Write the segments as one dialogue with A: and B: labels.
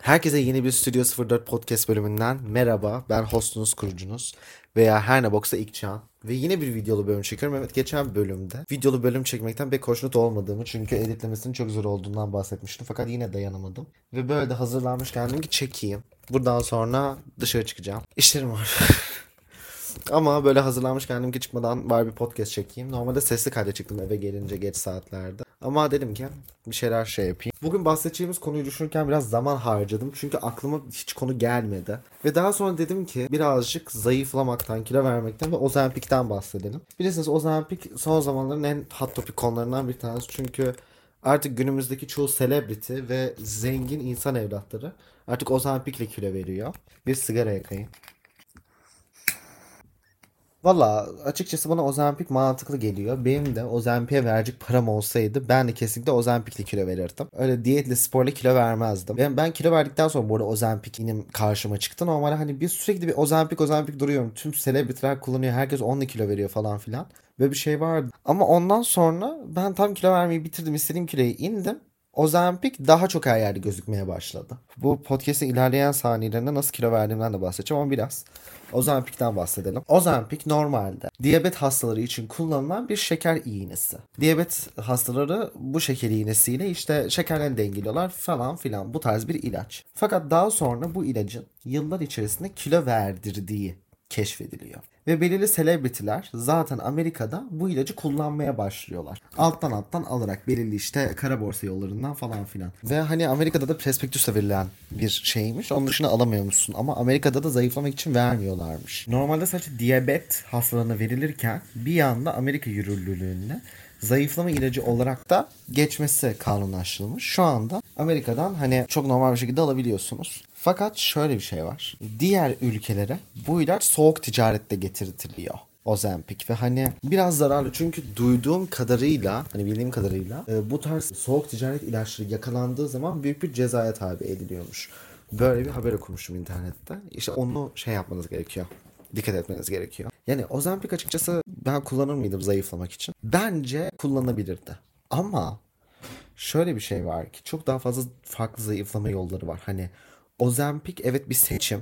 A: Herkese yeni bir Stüdyo 04 podcast bölümünden merhaba. Ben hostunuz, kurucunuz veya her ne boksa İlkcan. Ve yine bir videolu bölüm çekiyorum. Evet, geçen bölümde videolu bölüm çekmekten pek hoşnut olmadığımı, çünkü editlemesinin çok zor olduğundan bahsetmiştim. Fakat yine dayanamadım. Ve böyle de hazırlanmışken dedim ki çekeyim. Buradan sonra dışarı çıkacağım. İşlerim var. Ama böyle hazırlanmış kendim ki çıkmadan bari bir podcast çekeyim. Normalde sesli kayda çıktım eve gelince geç saatlerde. Ama dedim ki bir şeyler yapayım. Bugün bahsedeceğimiz konuyu düşünürken biraz zaman harcadım. Çünkü aklıma hiç konu gelmedi. Ve daha sonra dedim ki birazcık zayıflamaktan, kilo vermekten ve Ozempic'ten bahsedelim. Bilirsiniz Ozempic son zamanların en hot topic konularından bir tanesi. Çünkü artık günümüzdeki çoğu celebrity ve zengin insan evlatları artık Ozempic'le kilo veriyor. Bir sigara yakayım. Valla açıkçası bana Ozempic mantıklı geliyor. Benim de Ozempic'e verecek param olsaydı ben de kesinlikle Ozempic'le kilo verirdim. Öyle diyetle sporla kilo vermezdim. Ben kilo verdikten sonra bu arada Ozempic yine karşıma çıktı. Normalde hani bir sürekli bir Ozempic duruyorum. Tüm celebrity'ler kullanıyor. Herkes onunla kilo veriyor falan filan. Böyle bir şey vardı. Ama ondan sonra ben tam kilo vermeyi bitirdim. İstediğim kiloya indim. Ozempic daha çok her yerde gözükmeye başladı. Bu podcast'in ilerleyen saniyelerinde nasıl kilo verdiğimden de bahsedeceğim ama biraz Ozempic'ten bahsedelim. Ozempic normalde diyabet hastaları için kullanılan bir şeker iğnesi. Diyabet hastaları bu şeker iğnesiyle işte şekerlerini dengeliyorlar falan filan. Bu tarz bir ilaç. Fakat daha sonra bu ilacın yıllar içerisinde kilo verdirdiği keşfediliyor. Ve belirli selebritiler zaten Amerika'da bu ilacı kullanmaya başlıyorlar. Alttan alarak belirli işte kara borsa yollarından falan filan. Ve hani Amerika'da da prospektüsle verilen bir şeymiş. Onun dışına alamıyormuşsun. Ama Amerika'da da zayıflamak için vermiyorlarmış. Normalde sadece diyabet hastalarına verilirken bir yanda Amerika yürürlülüğüne zayıflama ilacı olarak da geçmesi kanunlaştırılmış. Şu anda Amerika'dan hani çok normal bir şekilde alabiliyorsunuz. Fakat şöyle bir şey var. Diğer ülkelere bu ilaç soğuk ticarette getirtiliyor. Ozempic ve hani biraz zararlı, çünkü duyduğum kadarıyla, hani bildiğim kadarıyla bu tarz soğuk ticaret ilaçları yakalandığı zaman büyük bir cezaya tabi ediliyormuş. Böyle bir haber okumuştum internette. İşte onu yapmanız gerekiyor. Dikkat etmeniz gerekiyor. Yani Ozempic açıkçası ben kullanır mıydım zayıflamak için? Bence kullanabilirdi. Ama şöyle bir şey var ki çok daha fazla farklı zayıflama yolları var. Hani Ozempic evet bir seçim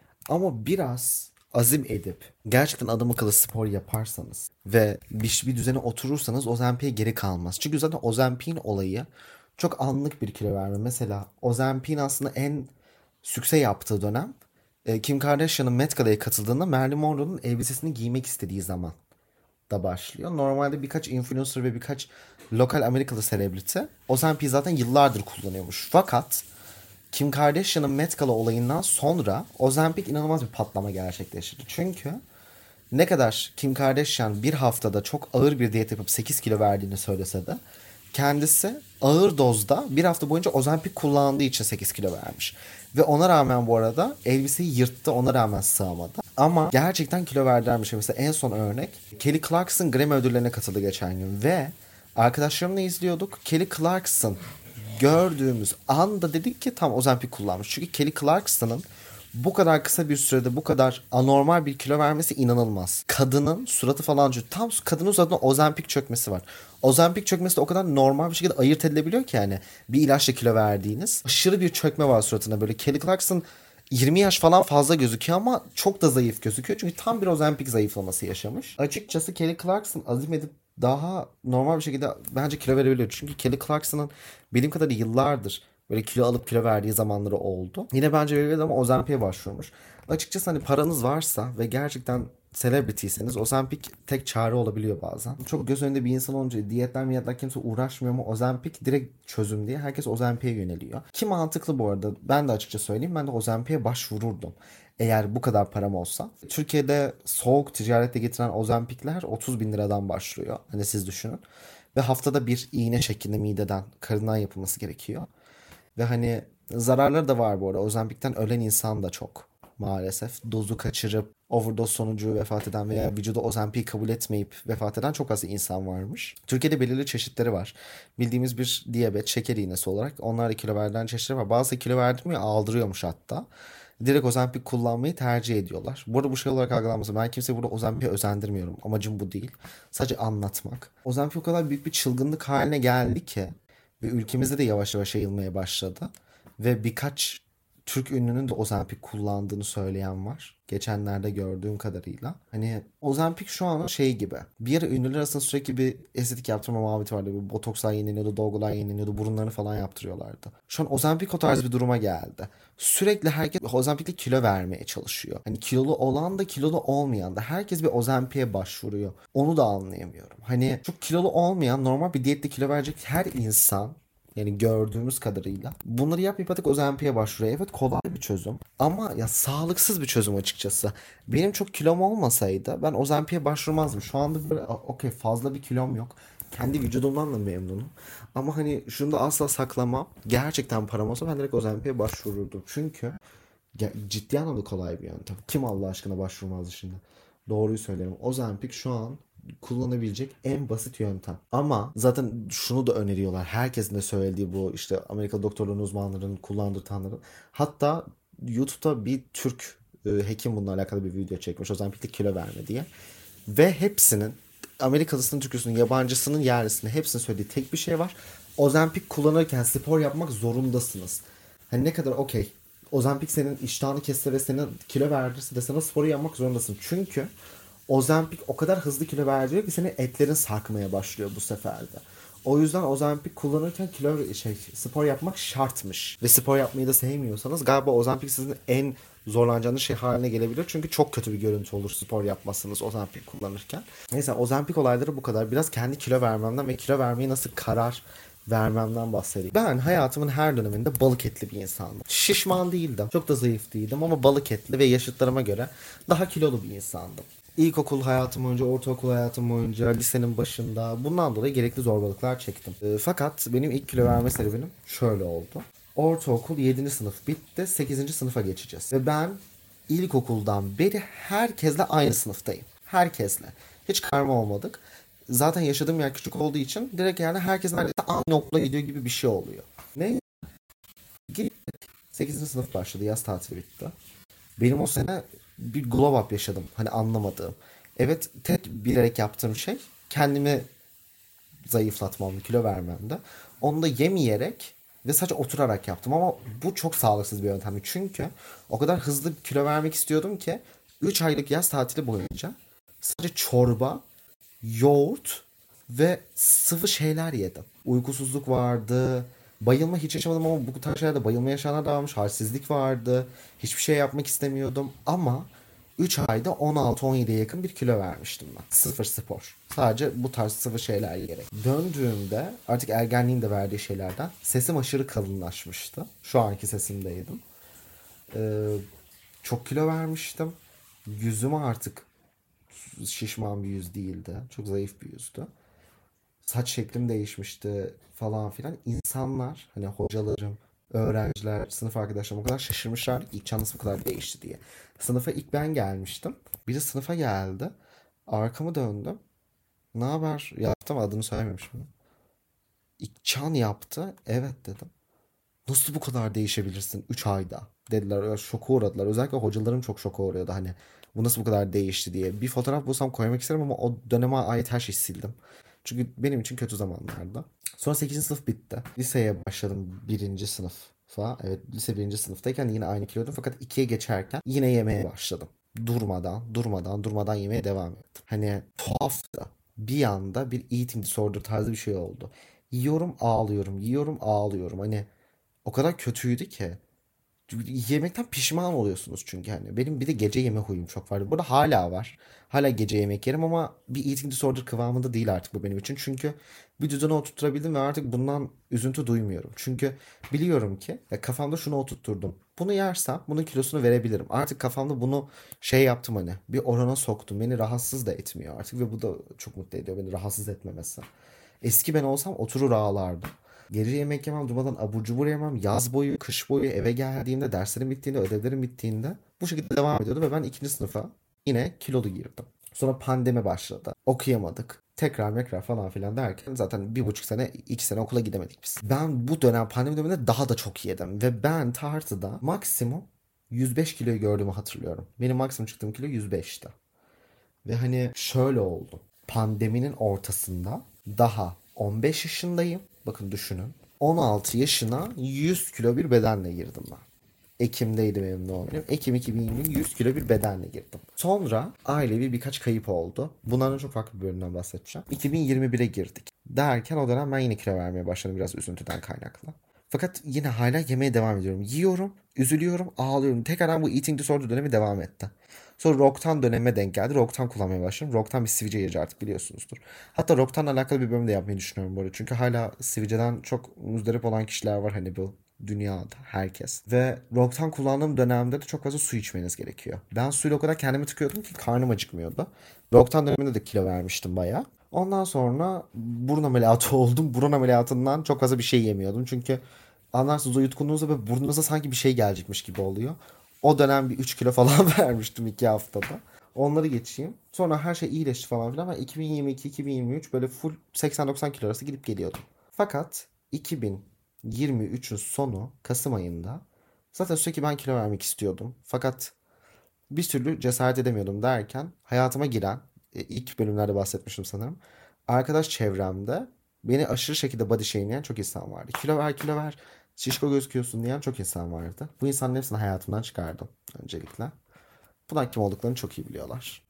A: ama biraz azim edip gerçekten adam akıllı spor yaparsanız ve bir düzene oturursanız Ozempic'e geri kalmaz. Çünkü zaten Ozempic'in olayı çok anlık bir kilo verme. Mesela Ozempic'in aslında en sükse yaptığı dönem Kim Kardashian'ın Met Gala'ya katıldığında Marilyn Monroe'nun elbisesini giymek istediği zaman da başlıyor. Normalde birkaç influencer ve birkaç lokal Amerikalı celebrity Ozempic'i zaten yıllardır kullanıyormuş. Fakat Kim Kardashian'ın Met Gala olayından sonra Ozempic inanılmaz bir patlama gerçekleştirdi. Çünkü ne kadar Kim Kardashian bir haftada çok ağır bir diyet yapıp 8 kilo verdiğini söylese de kendisi ağır dozda bir hafta boyunca Ozempic kullandığı için 8 kilo vermiş. Ve ona rağmen bu arada elbiseyi yırttı, ona rağmen sığamadı. Ama gerçekten kilo verdilermiş. Mesela en son örnek Kelly Clarkson Grammy ödüllerine katıldı geçen gün ve arkadaşlarımla izliyorduk. Kelly Clarkson gördüğümüz anda dedik ki tam Ozempic kullanmış. Çünkü Kelly Clarkson'ın bu kadar kısa bir sürede bu kadar anormal bir kilo vermesi inanılmaz. Kadının suratı falan tam kadının suratında Ozempic çökmesi var. Ozempic çökmesi de o kadar normal bir şekilde ayırt edilebiliyor ki yani bir ilaçla kilo verdiğiniz. Aşırı bir çökme var suratında böyle. Kelly Clarkson 20 yaş falan fazla gözüküyor ama çok da zayıf gözüküyor. Çünkü tam bir Ozempic zayıflaması yaşamış. Açıkçası Kelly Clarkson azim edip daha normal bir şekilde bence kilo verebiliyor. Çünkü Kelly Clarkson'ın bildiğim kadarıyla yıllardır böyle kilo alıp kilo verdiği zamanları oldu. Yine bence verebilirdi ama Ozempic'e başvurmuş. Açıkçası hani paranız varsa ve gerçekten celebrity'seniz Ozempic tek çare olabiliyor bazen. Çok göz önünde bir insan olunca diyetler kimse uğraşmıyor ama Ozempic direkt çözüm diye herkes Ozempic'e yöneliyor. Ki mantıklı bu arada. Ben de açıkça söyleyeyim, ben de Ozempic'e başvururdum. Eğer bu kadar param olsa. Türkiye'de soğuk ticarette getiren Ozempic'ler 30 bin liradan başlıyor. Hani siz düşünün. Ve haftada bir iğne şeklinde mideden, karından yapılması gerekiyor. Ve hani zararları da var bu arada. Ozempic'ten ölen insan da çok maalesef. Dozu kaçırıp overdose sonucu vefat eden veya vücuda Ozempic'i kabul etmeyip vefat eden çok az insan varmış. Türkiye'de belirli çeşitleri var. Bildiğimiz bir diyabet, şeker iğnesi olarak. Onlar da kilo verilen çeşitleri var. Bazı kilo verdirmiyor, aldırıyormuş hatta. Direkt Ozempic kullanmayı tercih ediyorlar. Bu arada bu şey olarak algılanmasın. Ben kimseyi burada Ozempic'e özendirmiyorum. Amacım bu değil. Sadece anlatmak. Ozempic o kadar büyük bir çılgınlık haline geldi ki ve ülkemizde de yavaş yavaş yayılmaya başladı. Ve birkaç Türk ünlünün de Ozempic kullandığını söyleyen var. Geçenlerde gördüğüm kadarıyla. Hani Ozempic şu an şey gibi. Bir ara ünlüler arasında sürekli bir estetik yaptırma muhabbeti vardı. Bir botokslar yenileniyordu, dolgular yenileniyordu, burunlarını falan yaptırıyorlardı. Şu an Ozempic o tarz bir duruma geldi. Sürekli herkes Ozempic'le kilo vermeye çalışıyor. Hani kilolu olan da kilolu olmayan da herkes bir Ozempic'e başvuruyor. Onu da anlayamıyorum. Hani çok kilolu olmayan normal bir diyette kilo verecek her insan, yani gördüğümüz kadarıyla bunları yapmayıp artık Ozempic'e başvuruyor. Evet, kolay bir çözüm ama ya sağlıksız bir çözüm açıkçası. Benim çok kilom olmasaydı ben Ozempic'e başvurmazdım. Şu anda böyle okey, fazla bir kilom yok. Kendi vücudumdan da memnunum. Ama hani şunu da asla saklamam. Gerçekten param olsa ben direkt Ozempic'e başvururdum. Çünkü ciddi anlamda kolay bir yöntem. Kim Allah aşkına başvurmazdı şimdi? Doğruyu söylerim. Ozempic şu an kullanabilecek en basit yöntem. Ama zaten şunu da öneriyorlar. Herkesin de söylediği bu, işte Amerika doktorların, uzmanların, kullandırtanların. Hatta YouTube'da bir Türk hekim bununla alakalı bir video çekmiş. Ozempic'te kilo verme diye. Ve hepsinin, Amerikalısının, Türküsünün, yabancısının, yerlisinin hepsinin söylediği tek bir şey var. Ozempic kullanırken spor yapmak zorundasınız. Hani ne kadar okey, Ozempic senin iştahını kesse ve senin kilo verdirse de sana sporu yapmak zorundasın. Çünkü Ozempic o kadar hızlı kilo verdiriyor ki senin etlerin sarkmaya başlıyor bu sefer de. O yüzden Ozempic kullanırken spor yapmak şartmış. Ve spor yapmayı da sevmiyorsanız galiba Ozempic sizin en zorlanacağınız şey haline gelebilir. Çünkü çok kötü bir görüntü olur spor yapmazsanız Ozempic kullanırken. Neyse, Ozempic olayları bu kadar. Biraz kendi kilo vermemden ve kilo vermeyi nasıl karar vermemden bahsedeyim. Ben hayatımın her döneminde balık etli bir insandım. Şişman değildim. Çok da zayıf değildim ama balık etli ve yaşıtlarıma göre daha kilolu bir insandım. İlkokul hayatım boyunca, ortaokul hayatım boyunca, lisenin başında bundan dolayı gerekli zorbalıklar çektim. Fakat benim ilk kilo verme serüvenim şöyle oldu. Ortaokul 7. sınıf bitti, 8. sınıfa geçeceğiz. Ve ben ilkokuldan beri herkesle aynı sınıftayım. Herkesle. Hiç karma olmadık. Zaten yaşadığım yer küçük olduğu için direkt yani herkes neredeyse aynı okula gidiyor gibi bir şey oluyor. Ne? Gittik. 8. sınıf başladı. Yaz tatili bitti. Benim o sene bir glow up yaşadım. Hani anlamadığım. Evet, tek bilerek yaptığım şey kendimi zayıflatmamdı, kilo vermemdi. Onu da yemeyerek ve sadece oturarak yaptım ama bu çok sağlıksız bir yöntemdi. Çünkü o kadar hızlı kilo vermek istiyordum ki 3 aylık yaz tatili boyunca sadece çorba, yoğurt ve sıvı şeyler yedim. Uykusuzluk vardı. Bayılma hiç yaşamadım ama bu tarz şeylerde bayılma yaşayanlar da varmış. Halsizlik vardı. Hiçbir şey yapmak istemiyordum. Ama 3 ayda 16-17'ye yakın bir kilo vermiştim ben. Sıfır spor. Sadece bu tarz sıvı şeyler yiyerek. Döndüğümde artık ergenliğin de verdiği şeylerden sesim aşırı kalınlaşmıştı. Şu anki sesimdeydim. Ee, Çok kilo vermiştim. Yüzüm artık şişman bir yüz değildi. Çok zayıf bir yüzdü. Saç şeklim değişmişti falan filan. İnsanlar, hani hocalarım, öğrenciler, sınıf arkadaşlarım o kadar şaşırmışlardı ki ilk çağ nasıl bu kadar değişti diye. Sınıfa ilk ben gelmiştim. Biri sınıfa geldi. Arkamı döndüm. Ne haber? Yaptım, adını söylememişim. İlk çan yaptı. Evet dedim. Nasıl bu kadar değişebilirsin 3 ayda? Dediler. Öyle şoka uğradılar. Özellikle hocalarım çok şoka uğruyordu. Hani bu nasıl bu kadar değişti diye. Bir fotoğraf bulsam koymak isterim ama o döneme ait her şeyi sildim. Çünkü benim için kötü zamanlardı. Sonra 8. sınıf bitti. Liseye başladım, birinci sınıfa. Evet, lise birinci sınıftayken yine aynı kiloydum. Fakat ikiye geçerken yine yemeye başladım. Durmadan yemeye devam ettim. Hani tuhaftı. Bir anda bir eating disorder tarzı bir şey oldu. Yiyorum ağlıyorum, yiyorum ağlıyorum. Hani o kadar kötüydü ki. Yemekten pişman oluyorsunuz çünkü hani. Benim bir de gece yeme huyum çok vardı. Burada hala var. Hala gece yemek yerim ama bir eating disorder kıvamında değil artık bu benim için. Çünkü bir düzene oturtturabildim ve artık bundan üzüntü duymuyorum. Çünkü biliyorum ki ya, kafamda şunu oturtturdum. Bunu yersem bunun kilosunu verebilirim. Artık kafamda bunu şey yaptım, hani bir orana soktum. Beni rahatsız da etmiyor artık ve bu da çok mutlu ediyor beni, rahatsız etmemesi. Eski ben olsam oturur ağlardım. Gece yemek yemem, durmadan abur cubur yemem. Yaz boyu, kış boyu eve geldiğimde, derslerim bittiğinde, ödevlerim bittiğinde bu şekilde devam ediyordu ve ben ikinci sınıfa yine kilolu girdim. Sonra pandemi başladı. Okuyamadık. Tekrar mekrar falan filan derken zaten 1,5 sene, 2 sene okula gidemedik biz. Ben bu dönem, pandemi döneminde daha da çok yedim. Ve ben tartıda maksimum 105 kiloyu gördüğümü hatırlıyorum. Benim maksimum çıktığım kilo 105'ti. Ve hani şöyle oldu. Pandeminin ortasında daha 15 yaşındayım. Bakın düşünün. 16 yaşına 100 kilo bir bedenle girdim ben. Ekim'deydi benim doğum günüm. Ekim 2020 100 kilo bir bedenle girdim. Sonra ailevi birkaç kayıp oldu. Bunların çok farklı bir bölümden bahsedeceğim. 2021'e girdik. Derken o dönem ben yine kilo vermeye başladım biraz üzüntüden kaynaklı. Fakat yine hala yemeye devam ediyorum. Yiyorum, üzülüyorum, ağlıyorum. Tekrardan bu eating disorder dönemi devam etti. Sonra Rocktan dönemime denk geldi. Rocktan kullanmaya başladım. Rocktan bir sivilce ilacı artık biliyorsunuzdur. Hatta Rocktan'la alakalı bir bölüm de yapmayı düşünüyorum bu arada. Çünkü hala sivilceden çok muzdarip olan kişiler var hani bu dünyada herkes. Ve Rocktan kullandığım dönemde de çok fazla su içmeniz gerekiyor. Ben suyla o kadar kendimi tıkıyordum ki karnım acıkmıyordu. Rocktan döneminde de kilo vermiştim bayağı. Ondan sonra burun ameliyatı oldum. Burun ameliyatından çok fazla bir şey yemiyordum. Çünkü anlarsınız o yutkunduğunuzda böyle burnunuza sanki bir şey gelecekmiş gibi oluyor. O dönem bir 3 kilo falan vermiştim 2 haftada. Onları geçeyim. Sonra her şey iyileşti falan filan. Ben 2022-2023 böyle full 80-90 kilo arası gidip geliyordum. Fakat 2023'ün sonu Kasım ayında zaten sürekli ben kilo vermek istiyordum. Fakat bir türlü cesaret edemiyordum derken hayatıma giren ilk bölümlerde bahsetmiştim sanırım. Arkadaş çevremde beni aşırı şekilde body shame'leyen çok insan vardı. Kilo ver kilo ver şişko gözüküyorsun diyen çok insan vardı. Bu insanların hepsini hayatımdan çıkardım öncelikle. Bunlar kim olduklarını çok iyi biliyorlar.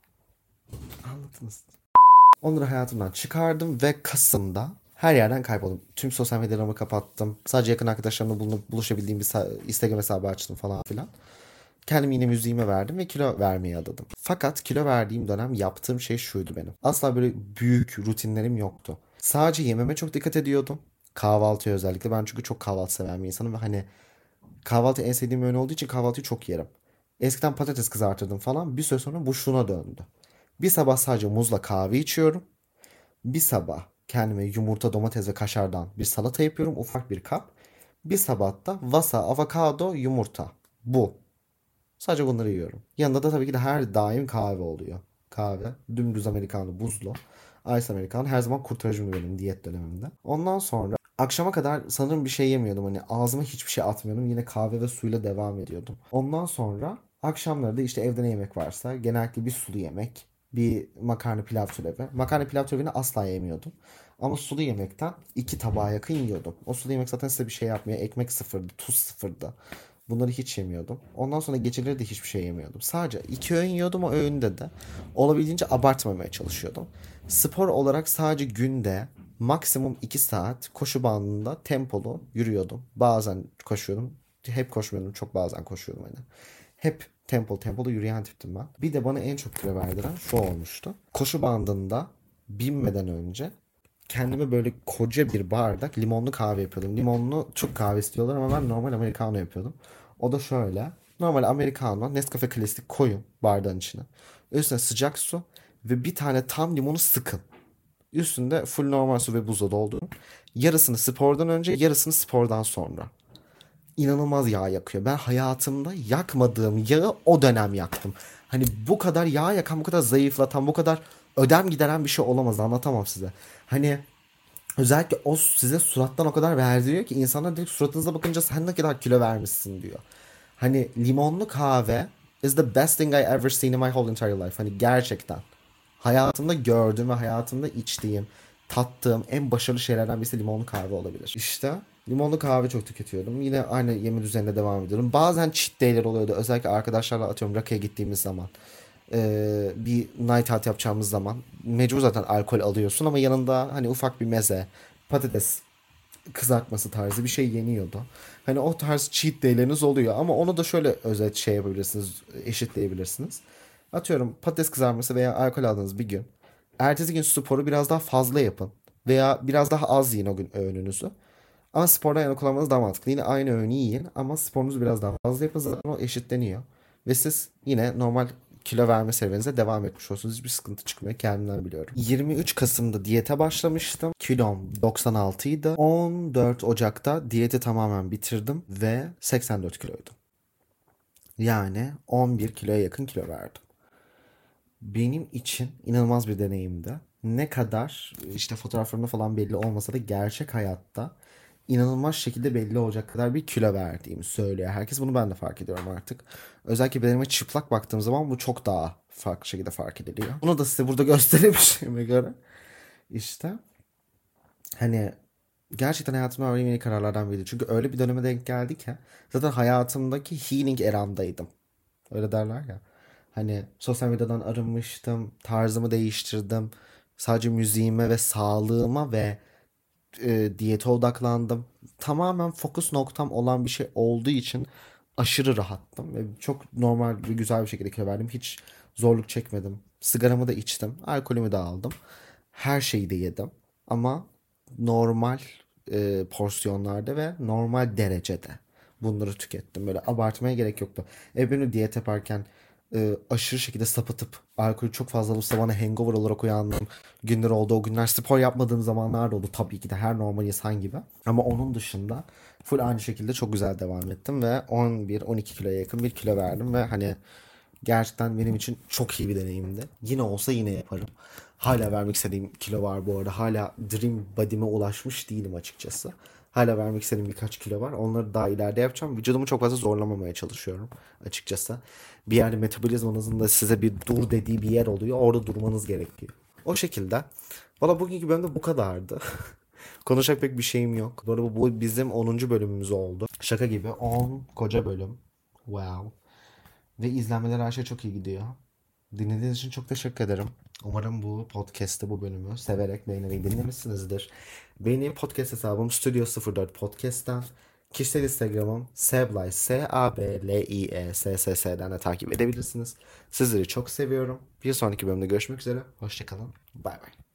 A: Anladınız. Onları hayatımdan çıkardım ve Kasım'da her yerden kayboldum. Tüm sosyal medyalarımı kapattım. Sadece yakın arkadaşlarımla bulunup buluşabildiğim bir Instagram hesabı açtım falan filan. Kendimi yine müziğime verdim ve kilo vermeye adadım. Fakat kilo verdiğim dönem yaptığım şey şuydu benim. Asla böyle büyük rutinlerim yoktu. Sadece yememe çok dikkat ediyordum. Kahvaltıya özellikle. Ben çünkü çok kahvaltı seven bir insanım ve hani kahvaltı en sevdiğim öğün olduğu için kahvaltıyı çok yerim. Eskiden patates kızartırdım falan. Bir süre sonra bu şuna döndü. Bir sabah sadece muzla kahve içiyorum. Bir sabah kendime yumurta, domates ve kaşardan bir salata yapıyorum. Ufak bir kap. Bir sabah da vasa, avokado, yumurta. Bu. Sadece bunları yiyorum. Yanında da tabii ki de her daim kahve oluyor. Kahve. Dümdüz americano buzlu. Ice americano her zaman kurtarıcımdı benim diyet dönemimde. Ondan sonra akşama kadar sanırım bir şey yemiyordum. Hani ağzıma hiçbir şey atmıyordum. Yine kahve ve suyla devam ediyordum. Ondan sonra akşamları da işte evde ne yemek varsa genellikle bir sulu yemek, bir makarna pilav türevi. Makarna pilav türevini asla yemiyordum. Ama sulu yemekten 2 tabağa yakın yiyordum. O sulu yemek zaten size bir şey yapmıyor. Ekmek sıfırdı, tuz sıfırdı. Bunları hiç yemiyordum. Ondan sonra geceleri de hiçbir şey yemiyordum. Sadece 2 öğün yiyordum, o öğünde de olabildiğince abartmamaya çalışıyordum. Spor olarak sadece günde maksimum 2 saat koşu bandında tempolu yürüyordum. Bazen koşuyordum. Hep koşmuyordum. Çok bazen koşuyordum hani. Hep tempolu yürüyen tiptim ben. Bir de bana en çok kilo verdiren şu olmuştu. Koşu bandında binmeden önce kendime böyle koca bir bardak limonlu kahve yapıyordum. Limonlu Türk kahvesi diyorlar ama ben normal americano yapıyordum. O da şöyle. Normal americano, Nescafe klasik koyun bardağın içine. Üstüne sıcak su ve bir tane tam limonu sıkın. Üstünde full normal su ve buzla doldurun. Yarısını spordan önce, yarısını spordan sonra. İnanılmaz yağ yakıyor. Ben hayatımda yakmadığım yağı o dönem yaktım. Hani bu kadar yağ yakan, bu kadar zayıflatan, bu kadar ödem gideren bir şey olamaz. Anlatamam size. Hani özellikle o size surattan o kadar verdiriyor ki insanlar direkt suratınıza bakınca sen ne kadar kilo vermişsin diyor. Hani limonlu kahve is the best thing I ever seen in my whole entire life. Hani gerçekten. Hayatımda gördüğüm ve hayatımda içtiğim, tattığım en başarılı şeylerden birisi limonlu kahve olabilir. İşte limonlu kahve çok tüketiyordum. Yine aynı yeme düzenine devam ediyorum. Bazen cheat day'ler oluyordu. Özellikle arkadaşlarla atıyorum rakıya gittiğimiz zaman. Bir night out yapacağımız zaman mecbur zaten alkol alıyorsun ama yanında hani ufak bir meze, patates kızartması tarzı bir şey yeniyordu. Hani o tarz cheat day'leriniz oluyor ama onu da şöyle özet şey yapabilirsiniz, eşitleyebilirsiniz. Atıyorum patates kızartması veya alkol aldığınız bir gün. Ertesi gün sporu biraz daha fazla yapın veya biraz daha az yiyin o gün öğününüzü. Ama spordan yana kullanmanız daha mantıklı. Yine aynı öğünü yiyin ama sporunuzu biraz daha fazla yapın zaten o eşitleniyor. Ve siz yine normal kilo verme serüveninize devam etmiş olsunuz. Hiçbir sıkıntı çıkmıyor kendimden biliyorum. 23 Kasım'da diyete başlamıştım. Kilom 96 idi. 14 Ocak'ta diyeti tamamen bitirdim ve 84 kiloydum. Yani 11 kiloya yakın kilo verdim. Benim için inanılmaz bir deneyimdi. Ne kadar işte fotoğraflarımda falan belli olmasa da gerçek hayatta inanılmaz şekilde belli olacak kadar bir kilo verdiğimi söylüyor. Herkes bunu ben de fark ediyorum artık. Özellikle bedenime çıplak baktığım zaman bu çok daha farklı şekilde fark ediliyor. Bunu da size burada gösterebileceğime göre işte hani gerçekten hayatımda verdiğim en iyi kararlardan biriydi. Çünkü öyle bir döneme denk geldi ki zaten hayatımdaki healing eramdaydım. Öyle derler ya. Hani sosyal medyadan arınmıştım, tarzımı değiştirdim. Sadece müziğime ve sağlığıma ve diyete odaklandım. Tamamen fokus noktam olan bir şey olduğu için aşırı rahattım. Ve çok normal ve güzel bir şekilde kilo verdim. Hiç zorluk çekmedim. Sigaramı da içtim. Alkolümü de aldım. Her şeyi de yedim. Ama normal porsiyonlarda ve normal derecede bunları tükettim. Böyle abartmaya gerek yoktu. Benim diyet yaparken aşırı şekilde sapıtıp alkolü çok fazla olursa bana hangover olarak uyandım. Günler oldu. O günler spor yapmadığım zamanlar da oldu. Tabii ki de her normal insan gibi. Ama onun dışında full aynı şekilde çok güzel devam ettim ve 11-12 kiloya yakın bir kilo verdim ve hani gerçekten benim için çok iyi bir deneyimdi. Yine olsa yine yaparım. Hala vermek istediğim kilo var bu arada. Hala dream body'me ulaşmış değilim açıkçası. Hala vermek istediğim birkaç kilo var. Onları daha ileride yapacağım. Vücudumu çok fazla zorlamamaya çalışıyorum açıkçası. Bir yerde metabolizmanızın da size bir dur dediği bir yer oluyor. Orada durmanız gerekiyor. O şekilde. Valla bugünkü bölüm de bu kadardı. Konuşacak pek bir şeyim yok. Bu arada bu bizim 10. bölümümüz oldu. Şaka gibi 10 koca bölüm. Wow. Ve izlenmeler her şey çok iyi gidiyor. Dinlediğiniz için çok teşekkür ederim. Umarım bu podcast'te bu bölümü severek beğenerek dinlemişsinizdir. Benim podcast hesabım Studio 04 Podcast'ten. Kişisel Instagram'ım Sabliye SABLIESSS'den de takip edebilirsiniz. Sizleri çok seviyorum. Bir sonraki bölümde görüşmek üzere. Hoşçakalın. Bay bay.